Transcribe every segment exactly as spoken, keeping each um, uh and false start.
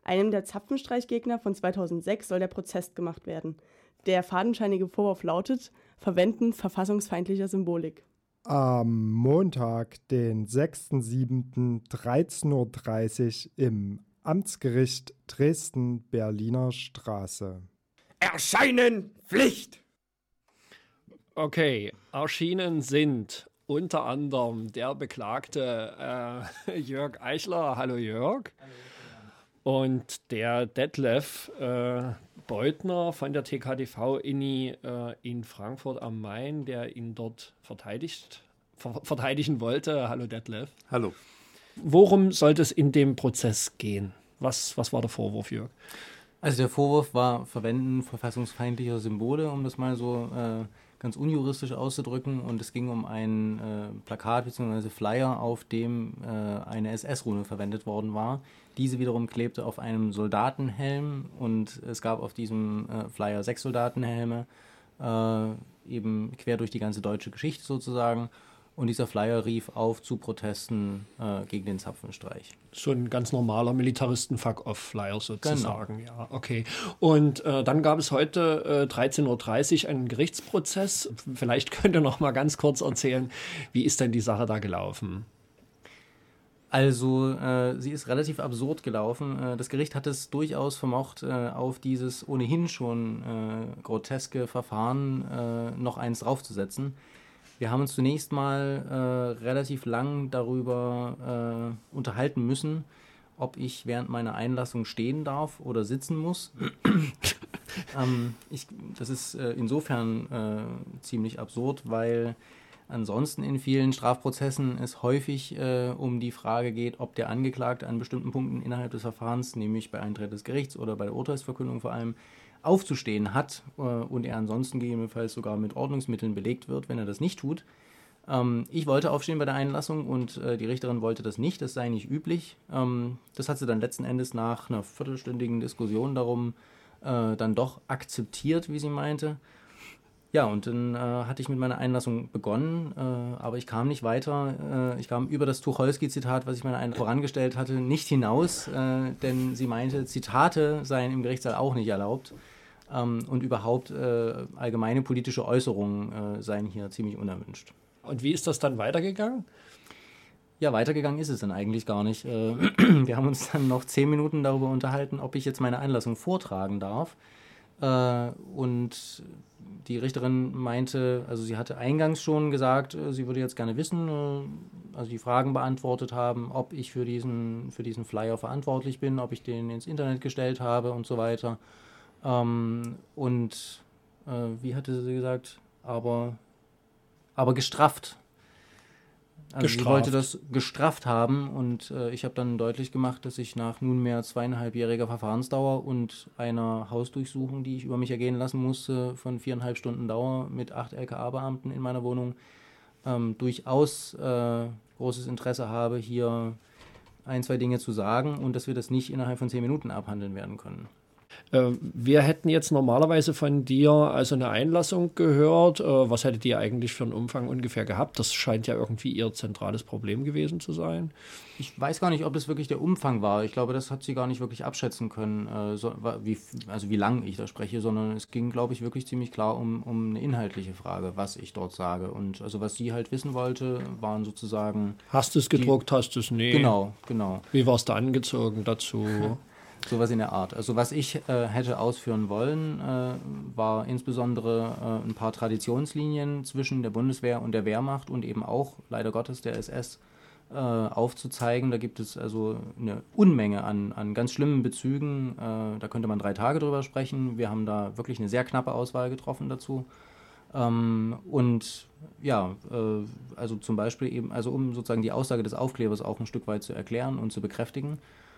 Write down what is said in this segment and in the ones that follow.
Einem der Zapfenstreichgegner von zweitausendsechs soll der Prozess gemacht werden. Der fadenscheinige Vorwurf lautet: Verwenden verfassungsfeindlicher Symbolik. Am Montag, den sechsten siebten dreizehn Uhr dreißig im Amtsgericht Dresden-Berliner Straße. Erscheinen Pflicht! Okay, erschienen sind unter anderem der Beklagte äh, Jörg Eichler. Hallo Jörg. Hallo. Und der Detlef äh, Beutner von der T K D V-Inni äh, in Frankfurt am Main, der ihn dort verteidigt, ver- verteidigen wollte. Hallo Detlef. Hallo. Worum sollte es in dem Prozess gehen? Was, was war der Vorwurf, Jörg? Also der Vorwurf war Verwenden verfassungsfeindlicher Symbole, um das mal so äh, ganz unjuristisch auszudrücken. Und es ging um ein äh, Plakat bzw. Flyer, auf dem äh, eine S S-Rune verwendet worden war. Diese wiederum klebte auf einem Soldatenhelm und es gab auf diesem äh, Flyer sechs Soldatenhelme, äh, eben quer durch die ganze deutsche Geschichte sozusagen. Und dieser Flyer rief auf zu Protesten äh, gegen den Zapfenstreich. So ein ganz normaler Militaristen-Fuck-Off-Flyer sozusagen. Genau. Ja, okay. Und äh, dann gab es heute äh, dreizehn Uhr dreißig einen Gerichtsprozess. Vielleicht könnt ihr noch mal ganz kurz erzählen, wie ist denn die Sache da gelaufen? Also äh, sie ist relativ absurd gelaufen. Äh, das Gericht hat es durchaus vermocht, äh, auf dieses ohnehin schon äh, groteske Verfahren äh, noch eins draufzusetzen. Wir haben uns zunächst mal äh, relativ lang darüber äh, unterhalten müssen, ob ich während meiner Einlassung stehen darf oder sitzen muss. ähm, ich, das ist äh, insofern äh, ziemlich absurd, weil ansonsten in vielen Strafprozessen es häufig äh, um die Frage geht, ob der Angeklagte an bestimmten Punkten innerhalb des Verfahrens, nämlich bei Eintritt des Gerichts oder bei der Urteilsverkündung vor allem, aufzustehen hat äh, und er ansonsten gegebenenfalls sogar mit Ordnungsmitteln belegt wird, wenn er das nicht tut. Ähm, ich wollte aufstehen bei der Einlassung und äh, die Richterin wollte das nicht, das sei nicht üblich. Ähm, das hat sie dann letzten Endes nach einer viertelstündigen Diskussion darum äh, dann doch akzeptiert, wie sie meinte. Ja, und dann äh, hatte ich mit meiner Einlassung begonnen, äh, aber ich kam nicht weiter. Äh, ich kam über das Tucholsky-Zitat, was ich meiner Einlassung vorangestellt hatte, nicht hinaus, äh, denn sie meinte, Zitate seien im Gerichtssaal auch nicht erlaubt ähm, und überhaupt äh, allgemeine politische Äußerungen äh, seien hier ziemlich unerwünscht. Und wie ist das dann weitergegangen? Ja, weitergegangen ist es dann eigentlich gar nicht. Äh, wir haben uns dann noch zehn Minuten darüber unterhalten, ob ich jetzt meine Einlassung vortragen darf. Äh, und die Richterin meinte, also sie hatte eingangs schon gesagt, sie würde jetzt gerne wissen, also die Fragen beantwortet haben, ob ich für diesen, für diesen Flyer verantwortlich bin, ob ich den ins Internet gestellt habe und so weiter. Ähm, und äh, wie hatte sie gesagt, aber, aber gestrafft. Also gestrafft. Sie wollte das gestrafft haben und äh, ich habe dann deutlich gemacht, dass ich nach nunmehr zweieinhalbjähriger Verfahrensdauer und einer Hausdurchsuchung, die ich über mich ergehen lassen musste, von viereinhalb Stunden Dauer mit acht L K A-Beamten in meiner Wohnung, ähm, durchaus äh, großes Interesse habe, hier ein, zwei Dinge zu sagen und dass wir das nicht innerhalb von zehn Minuten abhandeln werden können. Äh, wir hätten jetzt normalerweise von dir also eine Einlassung gehört. Äh, was hättet ihr eigentlich für einen Umfang ungefähr gehabt? Das scheint ja irgendwie ihr zentrales Problem gewesen zu sein. Ich weiß gar nicht, ob das wirklich der Umfang war. Ich glaube, das hat sie gar nicht wirklich abschätzen können, äh, so, wie, also wie lang ich da spreche, sondern es ging, glaube ich, wirklich ziemlich klar um, um eine inhaltliche Frage, was ich dort sage. Und also was sie halt wissen wollte, waren sozusagen... Hast du es gedruckt, die, hast du es nicht? Genau, genau. Wie warst du angezogen dazu? Sowas in der Art. Also was ich äh, hätte ausführen wollen, äh, war insbesondere äh, ein paar Traditionslinien zwischen der Bundeswehr und der Wehrmacht und eben auch, leider Gottes, der S S äh, aufzuzeigen. Da gibt es also eine Unmenge an, an ganz schlimmen Bezügen. Äh, da könnte man drei Tage drüber sprechen. Wir haben da wirklich eine sehr knappe Auswahl getroffen dazu. Ähm, und ja, äh, also zum Beispiel eben, also um sozusagen die Aussage des Aufklebers auch ein Stück weit zu erklären und zu bekräftigen.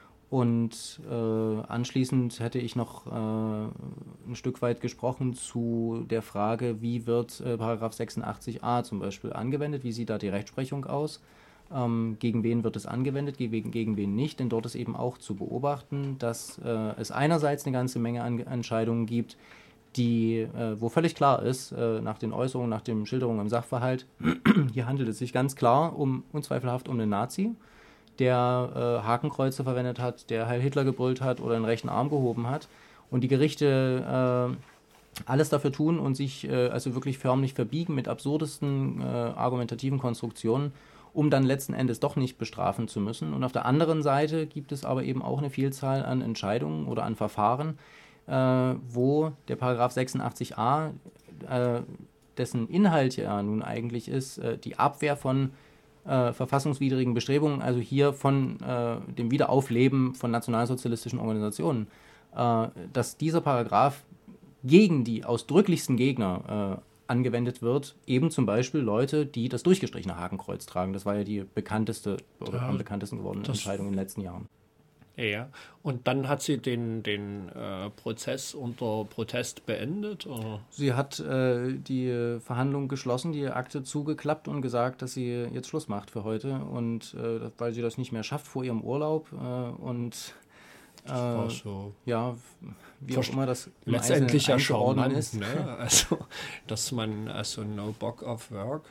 Und äh, anschließend hätte ich noch äh, ein Stück weit gesprochen zu der Frage, wie wird äh, Paragraph sechsundachtzig a zum Beispiel angewendet, wie sieht da die Rechtsprechung aus, ähm, gegen wen wird es angewendet, gegen, gegen wen nicht, denn dort ist eben auch zu beobachten, dass äh, es einerseits eine ganze Menge an Entscheidungen gibt, die, äh, wo völlig klar ist, äh, nach den Äußerungen, nach den Schilderungen im Sachverhalt, hier handelt es sich ganz klar um, unzweifelhaft um einen Nazi, der äh, Hakenkreuze verwendet hat, der Heil Hitler gebrüllt hat oder den rechten Arm gehoben hat. Und die Gerichte äh, alles dafür tun und sich äh, also wirklich förmlich verbiegen mit absurdesten äh, argumentativen Konstruktionen, um dann letzten Endes doch nicht bestrafen zu müssen. Und auf der anderen Seite gibt es aber eben auch eine Vielzahl an Entscheidungen oder an Verfahren, äh, wo der Paragraph sechsundachtzig a, äh, dessen Inhalt ja nun eigentlich ist, äh, die Abwehr von äh, verfassungswidrigen Bestrebungen, also hier von äh, dem Wiederaufleben von nationalsozialistischen Organisationen, äh, dass dieser Paragraph gegen die ausdrücklichsten Gegner äh, angewendet wird, eben zum Beispiel Leute, die das durchgestrichene Hakenkreuz tragen. Das war ja die bekannteste oder ja, am bekanntesten gewordene Entscheidung in den letzten Jahren. Ja, und dann hat sie den, den äh, Prozess unter Protest beendet? Oder? Sie hat äh, die Verhandlung geschlossen, die Akte zugeklappt und gesagt, dass sie jetzt Schluss macht für heute. Und äh, weil sie das nicht mehr schafft vor ihrem Urlaub äh, und Äh, so ja, wie auch immer das letztendlich ja charmant ist. Ne? Also, dass man also no bock of work.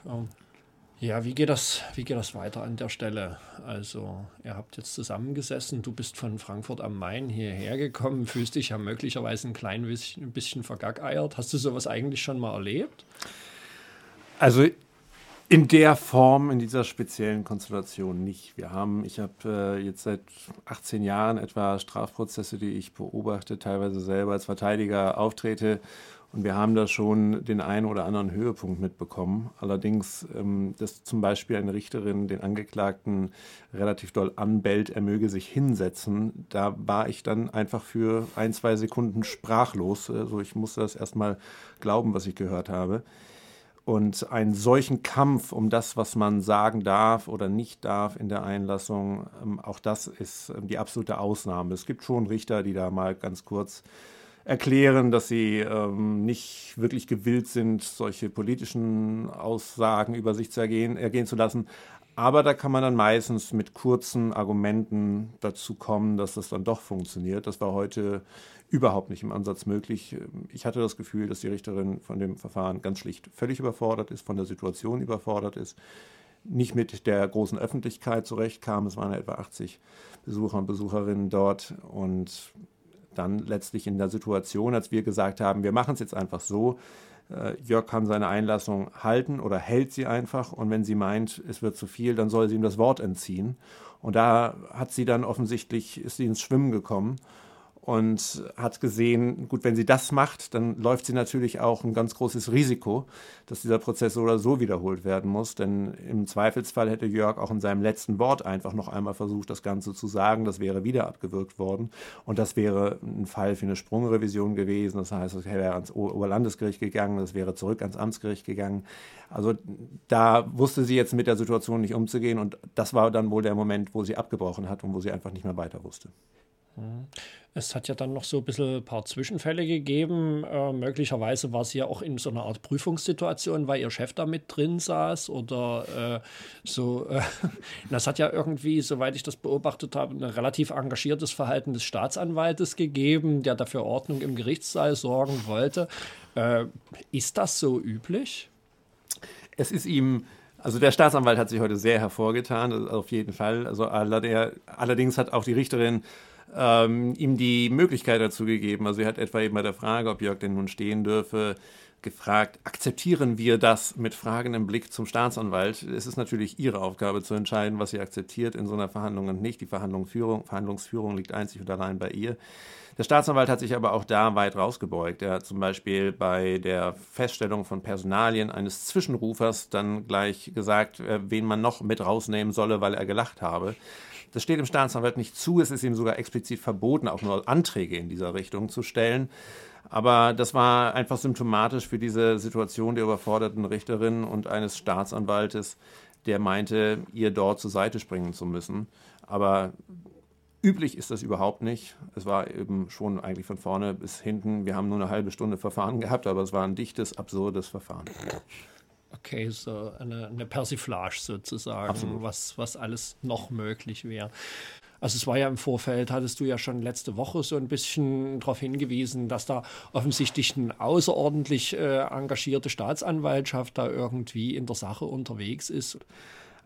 Ja, wie geht das, wie geht das weiter an der Stelle? Also, ihr habt jetzt zusammengesessen, du bist von Frankfurt am Main hierher gekommen, fühlst dich ja möglicherweise ein klein bisschen, ein bisschen vergackeiert. Hast du sowas eigentlich schon mal erlebt? Also in der Form, in dieser speziellen Konstellation nicht. Wir haben, ich habe äh, jetzt seit achtzehn Jahren etwa Strafprozesse, die ich beobachte, teilweise selber als Verteidiger auftrete. Und wir haben da schon den einen oder anderen Höhepunkt mitbekommen. Allerdings, ähm, dass zum Beispiel eine Richterin den Angeklagten relativ doll anbellt, er möge sich hinsetzen, da war ich dann einfach für ein, zwei Sekunden sprachlos. Also ich musste das erstmal glauben, was ich gehört habe. Und einen solchen Kampf um das, was man sagen darf oder nicht darf in der Einlassung, auch das ist die absolute Ausnahme. Es gibt schon Richter, die da mal ganz kurz erklären, dass sie ähm, nicht wirklich gewillt sind, solche politischen Aussagen über sich zu ergehen, ergehen zu lassen. Aber da kann man dann meistens mit kurzen Argumenten dazu kommen, dass das dann doch funktioniert. Das war heute überhaupt nicht im Ansatz möglich. Ich hatte das Gefühl, dass die Richterin von dem Verfahren ganz schlicht völlig überfordert ist, von der Situation überfordert ist, nicht mit der großen Öffentlichkeit zurechtkam. Es waren etwa achtzig Besucher und Besucherinnen dort und dann letztlich in der Situation, als wir gesagt haben, wir machen es jetzt einfach so, Jörg kann seine Einlassung halten oder hält sie einfach und wenn sie meint, es wird zu viel, dann soll sie ihm das Wort entziehen. Und da hat sie dann offensichtlich, ist sie ins Schwimmen gekommen und hat gesehen, gut, wenn sie das macht, dann läuft sie natürlich auch ein ganz großes Risiko, dass dieser Prozess so oder so wiederholt werden muss. Denn im Zweifelsfall hätte Jörg auch in seinem letzten Wort einfach noch einmal versucht, das Ganze zu sagen. Das wäre wieder abgewürgt worden. Und das wäre ein Fall für eine Sprungrevision gewesen. Das heißt, es wäre ans Oberlandesgericht gegangen, das wäre zurück ans Amtsgericht gegangen. Also da wusste sie jetzt mit der Situation nicht umzugehen. Und das war dann wohl der Moment, wo sie abgebrochen hat und wo sie einfach nicht mehr weiter wusste. Es hat ja dann noch so ein bisschen ein paar Zwischenfälle gegeben. Äh, möglicherweise war sie ja auch in so einer Art Prüfungssituation, weil ihr Chef da mit drin saß oder äh, so. Äh, das hat ja irgendwie, soweit ich das beobachtet habe, ein relativ engagiertes Verhalten des Staatsanwaltes gegeben, der dafür Ordnung im Gerichtssaal sorgen wollte. Äh, ist das so üblich? Es ist ihm... Also der Staatsanwalt hat sich heute sehr hervorgetan, auf jeden Fall. Also allerdings hat auch die Richterin ähm, ihm die Möglichkeit dazu gegeben. Also sie hat etwa eben bei der Frage, ob Jörg denn nun stehen dürfe, gefragt, akzeptieren wir das mit fragendem Blick zum Staatsanwalt? Es ist natürlich ihre Aufgabe zu entscheiden, was sie akzeptiert in so einer Verhandlung und nicht. Die Verhandlungsführung, Verhandlungsführung liegt einzig und allein bei ihr. Der Staatsanwalt hat sich aber auch da weit rausgebeugt. Er hat zum Beispiel bei der Feststellung von Personalien eines Zwischenrufers dann gleich gesagt, wen man noch mit rausnehmen solle, weil er gelacht habe. Das steht dem Staatsanwalt nicht zu. Es ist ihm sogar explizit verboten, auch nur Anträge in dieser Richtung zu stellen. Aber das war einfach symptomatisch für diese Situation der überforderten Richterin und eines Staatsanwaltes, der meinte, ihr dort zur Seite springen zu müssen. Aber üblich ist das überhaupt nicht. Es war eben schon eigentlich von vorne bis hinten. Wir haben nur eine halbe Stunde Verfahren gehabt, aber es war ein dichtes, absurdes Verfahren. Okay, so eine, eine Persiflage sozusagen, was, was alles noch möglich wäre. Also es war ja im Vorfeld, hattest du ja schon letzte Woche so ein bisschen darauf hingewiesen, dass da offensichtlich eine außerordentlich äh, engagierte Staatsanwaltschaft da irgendwie in der Sache unterwegs ist.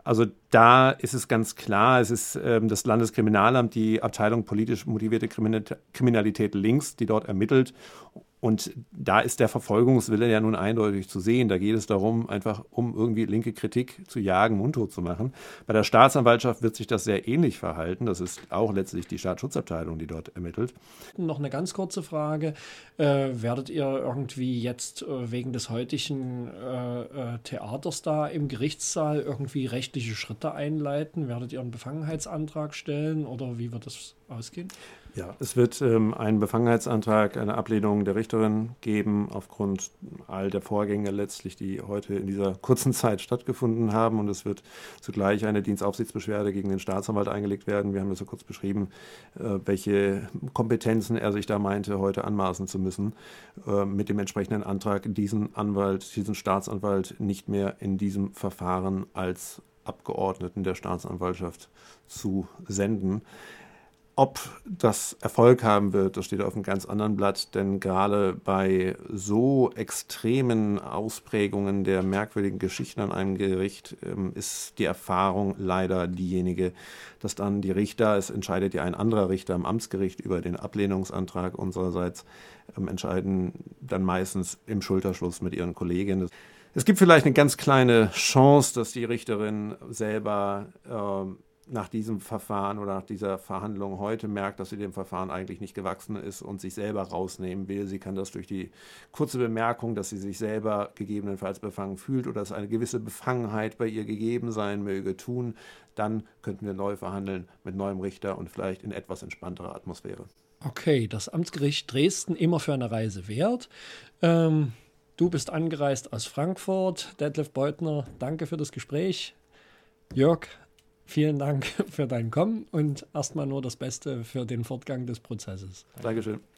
Also da ist es ganz klar, es ist ähm, das Landeskriminalamt, die Abteilung politisch motivierte Kriminalität links, die dort ermittelt. Und da ist der Verfolgungswille ja nun eindeutig zu sehen. Da geht es darum, einfach um irgendwie linke Kritik zu jagen, mundtot zu machen. Bei der Staatsanwaltschaft wird sich das sehr ähnlich verhalten. Das ist auch letztlich die Staatsschutzabteilung, die dort ermittelt. Noch eine ganz kurze Frage. Äh, werdet ihr irgendwie jetzt äh, wegen des heutigen äh, äh, Theaters da im Gerichtssaal irgendwie rechtliche Schritte einleiten? Werdet ihr einen Befangenheitsantrag stellen oder wie wird das ausgehen? Ja, es wird ähm, einen Befangenheitsantrag, eine Ablehnung der Richterin geben, aufgrund all der Vorgänge letztlich, die heute in dieser kurzen Zeit stattgefunden haben. Und es wird zugleich eine Dienstaufsichtsbeschwerde gegen den Staatsanwalt eingelegt werden. Wir haben das so kurz beschrieben, äh, welche Kompetenzen er sich da meinte, heute anmaßen zu müssen, äh, mit dem entsprechenden Antrag, diesen Anwalt, diesen Staatsanwalt nicht mehr in diesem Verfahren als Abgeordneten der Staatsanwaltschaft zu senden. Ob das Erfolg haben wird, das steht auf einem ganz anderen Blatt, denn gerade bei so extremen Ausprägungen der merkwürdigen Geschichten an einem Gericht ähm, ist die Erfahrung leider diejenige, dass dann die Richter, es entscheidet ja ein anderer Richter am Amtsgericht über den Ablehnungsantrag unsererseits, ähm, entscheiden dann meistens im Schulterschluss mit ihren Kolleginnen. Es gibt vielleicht eine ganz kleine Chance, dass die Richterin selber ähm, nach diesem Verfahren oder nach dieser Verhandlung heute merkt, dass sie dem Verfahren eigentlich nicht gewachsen ist und sich selber rausnehmen will. Sie kann das durch die kurze Bemerkung, dass sie sich selber gegebenenfalls befangen fühlt oder dass eine gewisse Befangenheit bei ihr gegeben sein möge, tun. Dann könnten wir neu verhandeln mit neuem Richter und vielleicht in etwas entspannterer Atmosphäre. Okay, das Amtsgericht Dresden immer für eine Reise wert. Ähm, du bist angereist aus Frankfurt. Detlef Beutner, danke für das Gespräch. Jörg, vielen Dank für dein Kommen und erstmal nur das Beste für den Fortgang des Prozesses. Dankeschön.